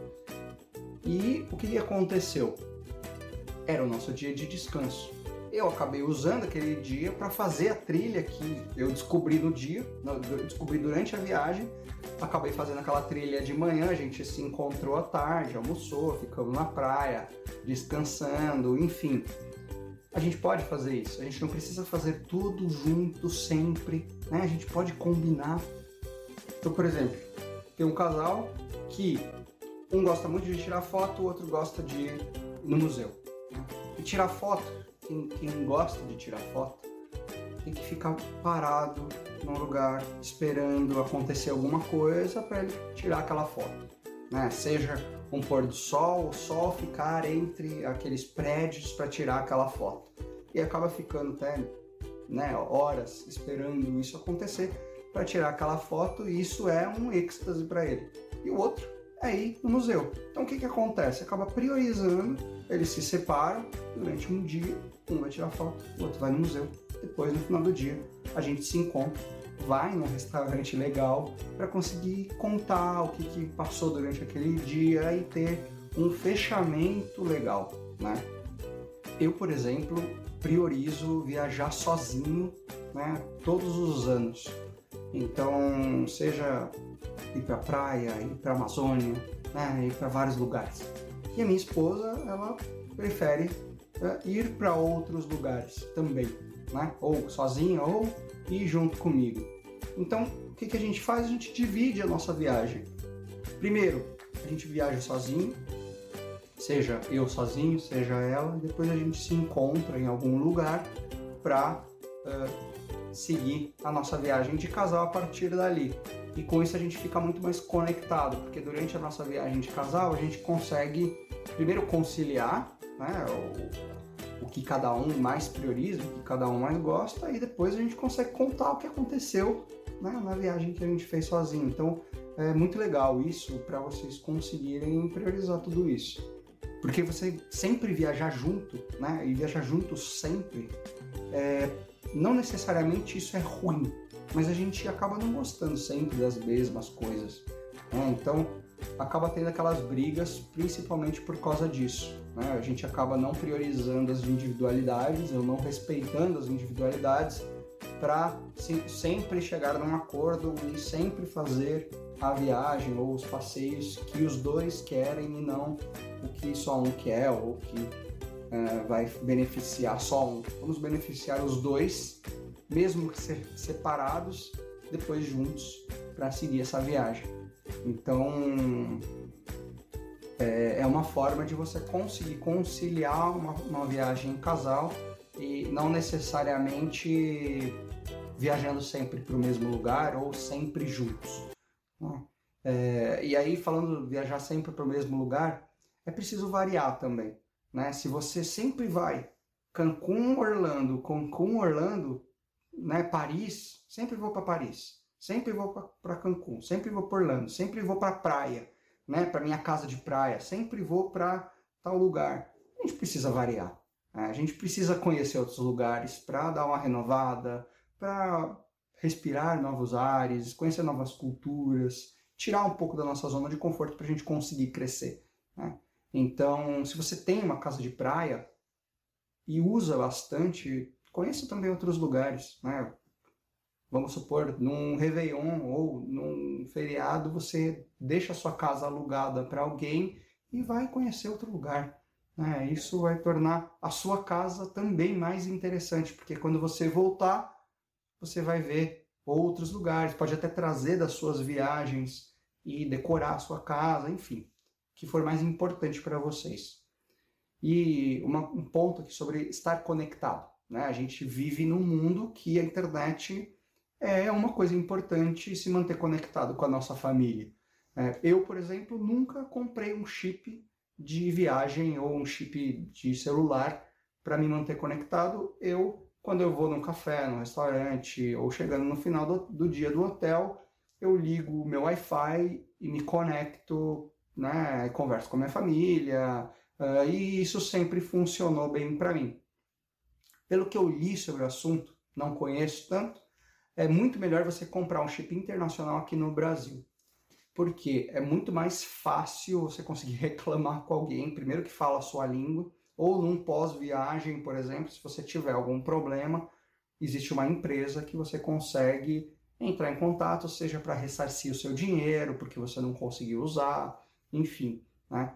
E o que aconteceu? Era o nosso dia de descanso. Eu acabei usando aquele dia para fazer a trilha que eu descobri descobri durante a viagem. Acabei fazendo aquela trilha de manhã, a gente se encontrou à tarde, almoçou, ficamos na praia, descansando, enfim. A gente pode fazer isso, a gente não precisa fazer tudo junto sempre, né? A gente pode combinar. Então, por exemplo, tem um casal que um gosta muito de tirar foto, o outro gosta de ir no museu. E tirar foto, quem gosta de tirar foto, tem que ficar parado num lugar esperando acontecer alguma coisa para ele tirar aquela foto, né? Seja um pôr do sol, o sol ficar entre aqueles prédios para tirar aquela foto. E acaba ficando até, né, horas esperando isso acontecer para tirar aquela foto, e isso é um êxtase para ele. E o outro é ir no museu. Então o que acontece? Acaba priorizando, eles se separam durante um dia, um vai tirar foto, o outro vai no museu. Depois, no final do dia, a gente se encontra, vai num restaurante legal para conseguir contar o que passou durante aquele dia e ter um fechamento legal, né? Eu, por exemplo, priorizo viajar sozinho, né, todos os anos. Então, seja ir para a praia, ir para a Amazônia, né, ir para vários lugares. E a minha esposa, ela prefere ir para outros lugares também, né? Ou sozinha ou ir junto comigo. Então, o que a gente faz? A gente divide a nossa viagem. Primeiro, a gente viaja sozinho, seja eu sozinho, seja ela, depois a gente se encontra em algum lugar para seguir a nossa viagem de casal a partir dali. E com isso a gente fica muito mais conectado, porque durante a nossa viagem de casal a gente consegue primeiro conciliar, né, o que cada um mais prioriza, o que cada um mais gosta, e depois a gente consegue contar o que aconteceu, né, na viagem que a gente fez sozinho. Então é muito legal isso para vocês conseguirem priorizar tudo isso. Porque você sempre viajar junto, né, e viajar junto sempre, não necessariamente isso é ruim, mas a gente acaba não gostando sempre das mesmas coisas, né? Então acaba tendo aquelas brigas principalmente por causa disso, né? A gente acaba não priorizando as individualidades, ou não respeitando as individualidades para sempre chegar num acordo e sempre fazer a viagem ou os passeios que os dois querem e não o que só um quer ou que vai beneficiar só um. Vamos beneficiar os dois, mesmo que separados, depois juntos, para seguir essa viagem. Então, é uma forma de você conseguir conciliar uma viagem em casal e não necessariamente viajando sempre para o mesmo lugar ou sempre juntos. E aí, falando de viajar sempre para o mesmo lugar, é preciso variar também, né? Se você sempre vai Cancún, Orlando, né? Paris, sempre vou para Paris, sempre vou para Cancún, sempre vou para Orlando, sempre vou para praia, né? Para minha casa de praia, sempre vou para tal lugar. A gente precisa variar, né? A gente precisa conhecer outros lugares para dar uma renovada, para respirar novos ares, conhecer novas culturas, tirar um pouco da nossa zona de conforto para a gente conseguir crescer, né? Então, se você tem uma casa de praia e usa bastante, conheça também outros lugares, né? Vamos supor, num Réveillon ou num feriado, você deixa a sua casa alugada para alguém e vai conhecer outro lugar, né? Isso vai tornar a sua casa também mais interessante, porque quando você voltar, você vai ver outros lugares, pode até trazer das suas viagens e decorar a sua casa, enfim, o que for mais importante para vocês. E um ponto aqui sobre estar conectado, né? A gente vive num mundo que a internet é uma coisa importante, se manter conectado com a nossa família. Eu, por exemplo, nunca comprei um chip de viagem ou um chip de celular para me manter conectado. Quando eu vou num café, num restaurante, ou chegando no final do dia do hotel, eu ligo o meu Wi-Fi e me conecto, né, converso com a minha família, e isso sempre funcionou bem para mim. Pelo que eu li sobre o assunto, não conheço tanto, é muito melhor você comprar um chip internacional aqui no Brasil. Porque é muito mais fácil você conseguir reclamar com alguém, primeiro que fala a sua língua, ou num pós-viagem, por exemplo, se você tiver algum problema, existe uma empresa que você consegue entrar em contato, seja para ressarcir o seu dinheiro, porque você não conseguiu usar, enfim, né?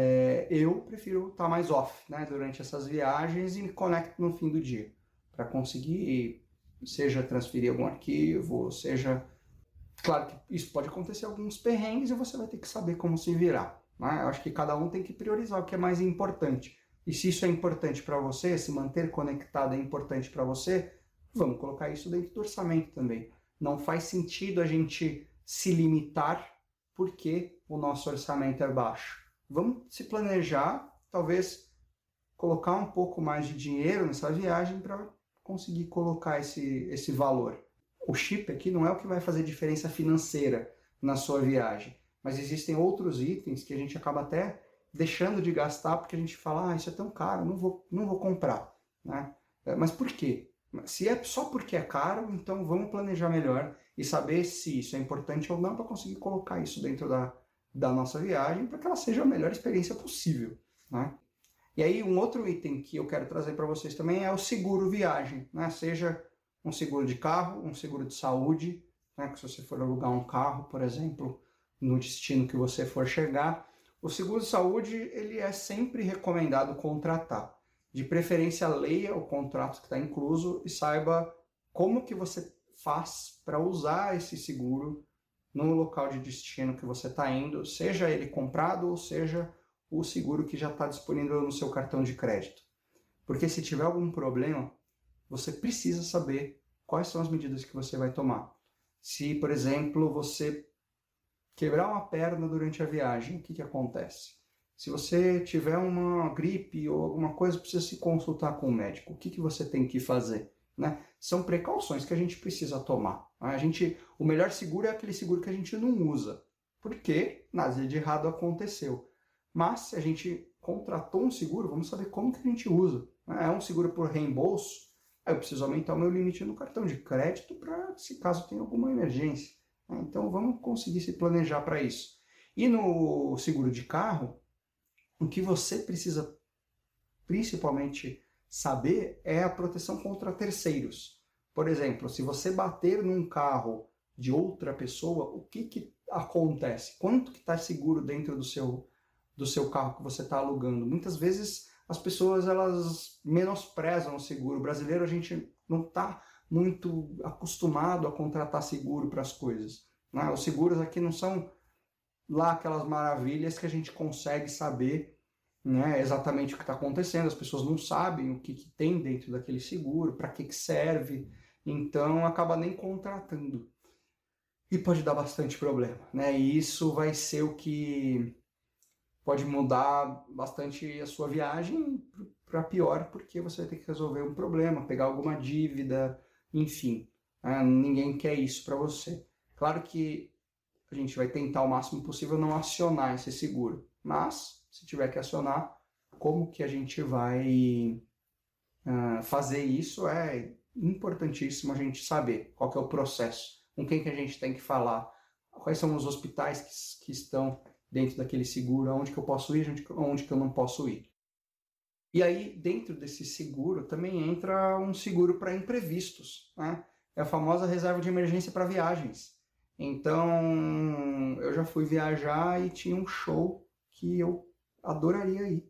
Eu prefiro estar mais off, né, durante essas viagens e me conecto no fim do dia, para conseguir, seja transferir algum arquivo, seja... Claro que isso pode acontecer alguns perrengues e você vai ter que saber como se virar, né? Eu acho que cada um tem que priorizar o que é mais importante. E se isso é importante para você, se manter conectado é importante para você, vamos colocar isso dentro do orçamento também. Não faz sentido a gente se limitar porque o nosso orçamento é baixo. Vamos se planejar, talvez colocar um pouco mais de dinheiro nessa viagem para conseguir colocar esse valor. O chip aqui não é o que vai fazer diferença financeira na sua viagem, mas existem outros itens que a gente acaba até deixando de gastar porque a gente fala, isso é tão caro, não vou comprar, né? Mas por quê? Se é só porque é caro, então vamos planejar melhor e saber se isso é importante ou não para conseguir colocar isso dentro da nossa viagem para que ela seja a melhor experiência possível, né? E aí um outro item que eu quero trazer para vocês também é o seguro viagem, né? Seja um seguro de carro, um seguro de saúde, né? Que se você for alugar um carro, por exemplo, no destino que você for chegar, o seguro de saúde ele é sempre recomendado contratar. De preferência, leia o contrato que está incluso e saiba como que você faz para usar esse seguro no local de destino que você está indo, seja ele comprado ou seja o seguro que já está disponível no seu cartão de crédito. Porque se tiver algum problema, você precisa saber quais são as medidas que você vai tomar. Se, por exemplo, você quebrar uma perna durante a viagem, o que acontece? Se você tiver uma gripe ou alguma coisa, precisa se consultar com o médico. O que você tem que fazer? Né? São precauções que a gente precisa tomar. O melhor seguro é aquele seguro que a gente não usa, porque nada de errado aconteceu. Mas se a gente contratou um seguro, vamos saber como que a gente usa. É um seguro por reembolso? Eu preciso aumentar o meu limite no cartão de crédito para, se caso tenha alguma emergência. Então vamos conseguir se planejar para isso. E no seguro de carro, o que você precisa principalmente saber é a proteção contra terceiros. Por exemplo, se você bater num carro de outra pessoa, o que acontece? Quanto que está seguro dentro do seu carro que você está alugando? Muitas vezes as pessoas elas menosprezam o seguro. O brasileiro, a gente não está muito acostumado a contratar seguro para as coisas, né? Os seguros aqui não são lá aquelas maravilhas que a gente consegue saber, né, exatamente o que está acontecendo. As pessoas não sabem o que tem dentro daquele seguro, para que serve, então acaba nem contratando. E pode dar bastante problema, né? E isso vai ser o que pode mudar bastante a sua viagem para pior, porque você vai ter que resolver um problema, pegar alguma dívida, enfim. Ninguém quer isso para você. Claro que a gente vai tentar o máximo possível não acionar esse seguro, mas se tiver que acionar, como que a gente vai fazer isso? É importantíssimo a gente saber qual que é o processo, com quem que a gente tem que falar, quais são os hospitais que estão dentro daquele seguro, aonde que eu posso ir, onde que eu não posso ir. E aí, dentro desse seguro, também entra um seguro para imprevistos, né? É a famosa reserva de emergência para viagens. Então, eu já fui viajar e tinha um show que eu adoraria ir.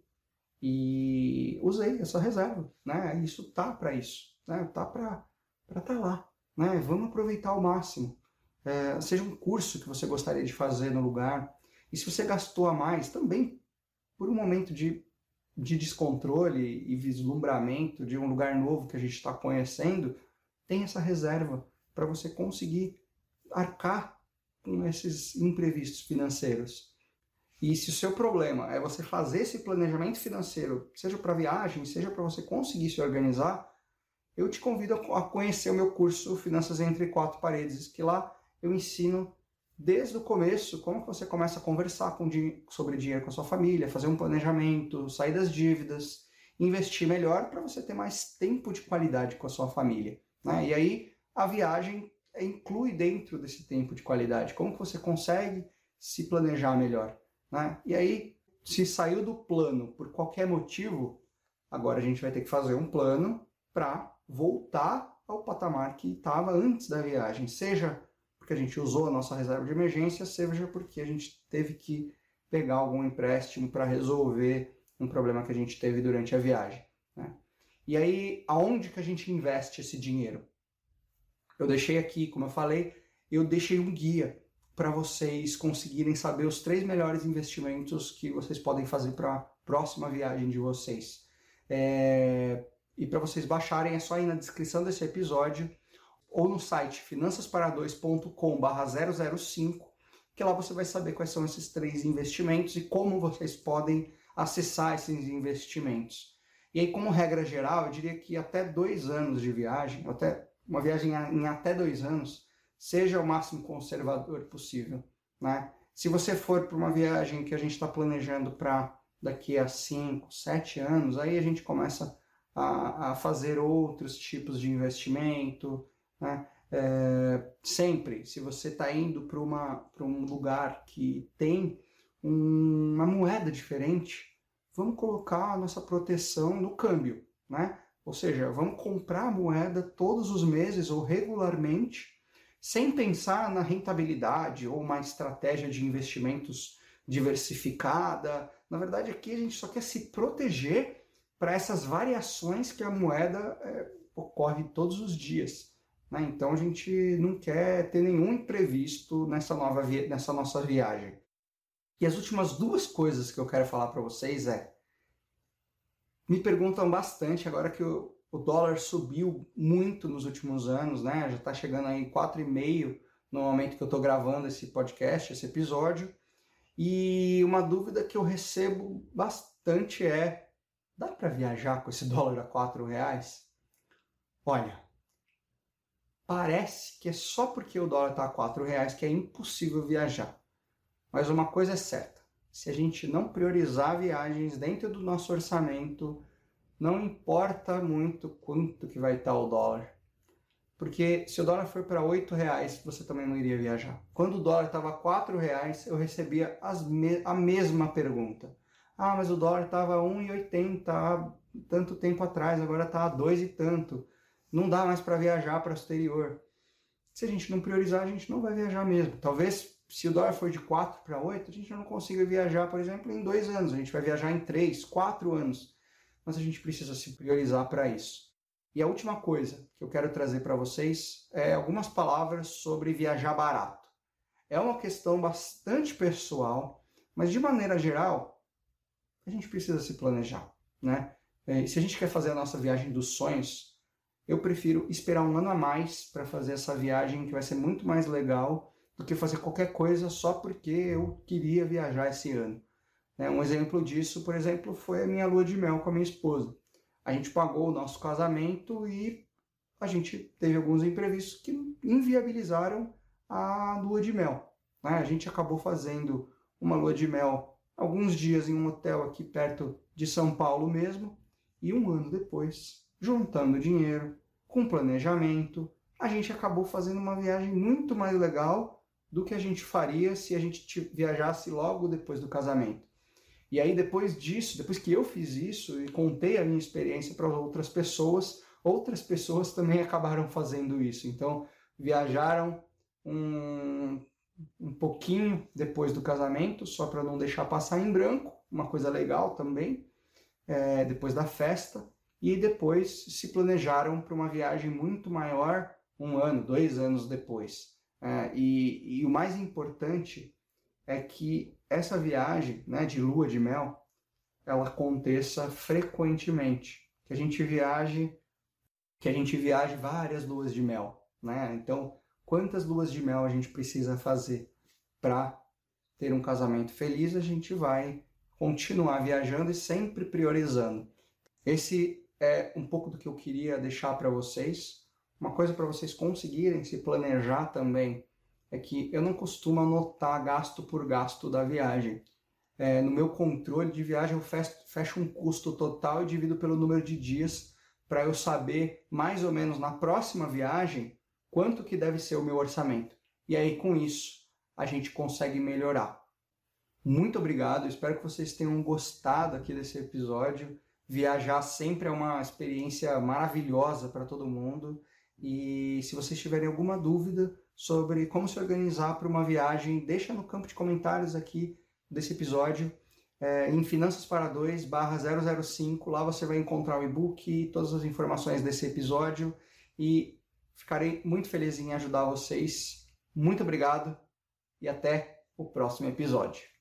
E usei essa reserva, né? Isso tá para isso, né? Tá para estar lá, né? Vamos aproveitar ao máximo. Seja um curso que você gostaria de fazer no lugar. E se você gastou a mais, também por um momento de descontrole e vislumbramento de um lugar novo que a gente está conhecendo, tem essa reserva para você conseguir arcar com esses imprevistos financeiros. E se o seu problema é você fazer esse planejamento financeiro, seja para viagem, seja para você conseguir se organizar, eu te convido a conhecer o meu curso Finanças Entre Quatro Paredes, que lá eu ensino desde o começo como que você começa a conversar sobre dinheiro com a sua família, fazer um planejamento, sair das dívidas, investir melhor para você ter mais tempo de qualidade com a sua família, né? E aí a viagem inclui dentro desse tempo de qualidade? Como que você consegue se planejar melhor, né? E aí, se saiu do plano por qualquer motivo, agora a gente vai ter que fazer um plano para voltar ao patamar que estava antes da viagem, seja porque a gente usou a nossa reserva de emergência, seja porque a gente teve que pegar algum empréstimo para resolver um problema que a gente teve durante a viagem, né? E aí, aonde que a gente investe esse dinheiro? Eu deixei aqui, como eu falei, eu deixei um guia para vocês conseguirem saber os 3 melhores investimentos que vocês podem fazer para a próxima viagem de vocês. E para vocês baixarem, é só ir na descrição desse episódio ou no site finançaspara2.com/005, que lá você vai saber quais são esses 3 investimentos e como vocês podem acessar esses investimentos. E aí, como regra geral, eu diria que até 2 anos de viagem, até uma viagem em até 2 anos, seja o máximo conservador possível, né? Se você for para uma viagem que a gente está planejando para daqui a 5, 7 anos, aí a gente começa a fazer outros tipos de investimento, né? Sempre, se você está indo para um lugar que tem uma moeda diferente, vamos colocar a nossa proteção no câmbio, né? Ou seja, vamos comprar a moeda todos os meses ou regularmente, sem pensar na rentabilidade ou uma estratégia de investimentos diversificada. Na verdade, aqui a gente só quer se proteger para essas variações que a moeda ocorre todos os dias, né? Então a gente não quer ter nenhum imprevisto nessa nossa viagem. E as últimas 2 coisas que eu quero falar para vocês me perguntam bastante agora que o dólar subiu muito nos últimos anos, né? Já está chegando aí 4,5 no momento que eu estou gravando esse podcast, esse episódio. E uma dúvida que eu recebo bastante dá para viajar com esse dólar a R$4? Olha, parece que é só porque o dólar está a R$4 que é impossível viajar. Mas uma coisa é certa, se a gente não priorizar viagens dentro do nosso orçamento, não importa muito quanto que vai estar o dólar. Porque se o dólar for para R$8, você também não iria viajar. Quando o dólar estava a R$4, eu recebia a mesma pergunta. Ah, mas o dólar estava a 1,80 há tanto tempo atrás, agora está a 2 e tanto. Não dá mais para viajar para o exterior. Se a gente não priorizar, a gente não vai viajar mesmo. Talvez, se o dólar for de 4 para 8, a gente não consiga viajar, por exemplo, em 2 anos. A gente vai viajar em 3, 4 anos. Mas a gente precisa se priorizar para isso. E a última coisa que eu quero trazer para vocês é algumas palavras sobre viajar barato. É uma questão bastante pessoal, mas de maneira geral, a gente precisa se planejar, né? E se a gente quer fazer a nossa viagem dos sonhos, eu prefiro esperar 1 ano a mais para fazer essa viagem, que vai ser muito mais legal do que fazer qualquer coisa só porque eu queria viajar esse ano. Um exemplo disso, por exemplo, foi a minha lua de mel com a minha esposa. A gente pagou o nosso casamento e a gente teve alguns imprevistos que inviabilizaram a lua de mel, né? A gente acabou fazendo uma lua de mel alguns dias em um hotel aqui perto de São Paulo mesmo, e 1 ano depois, juntando dinheiro, com planejamento, a gente acabou fazendo uma viagem muito mais legal do que a gente faria se a gente viajasse logo depois do casamento. E aí, depois disso, depois que eu fiz isso e contei a minha experiência para outras pessoas também acabaram fazendo isso. Então, viajaram um pouquinho depois do casamento, só para não deixar passar em branco, uma coisa legal também, depois da festa, e depois se planejaram para uma viagem muito maior, 1 ano, 2 anos depois. E o mais importante é que essa viagem, né, de lua de mel, ela aconteça frequentemente, que a gente viaje várias luas de mel, né? Então, quantas luas de mel a gente precisa fazer para ter um casamento feliz? A gente vai continuar viajando e sempre priorizando. Esse é um pouco do que eu queria deixar para vocês. Uma coisa para vocês conseguirem se planejar também é que eu não costumo anotar gasto por gasto da viagem. No meu controle de viagem, eu fecho um custo total e divido pelo número de dias para eu saber, mais ou menos, na próxima viagem, quanto que deve ser o meu orçamento. E aí, com isso, a gente consegue melhorar. Muito obrigado, espero que vocês tenham gostado aqui desse episódio. Viajar sempre é uma experiência maravilhosa para todo mundo. E se vocês tiverem alguma dúvida sobre como se organizar para uma viagem, deixa no campo de comentários aqui desse episódio, em finançaspara2/005. Lá você vai encontrar o e-book, todas as informações desse episódio e ficarei muito feliz em ajudar vocês. Muito obrigado e até o próximo episódio.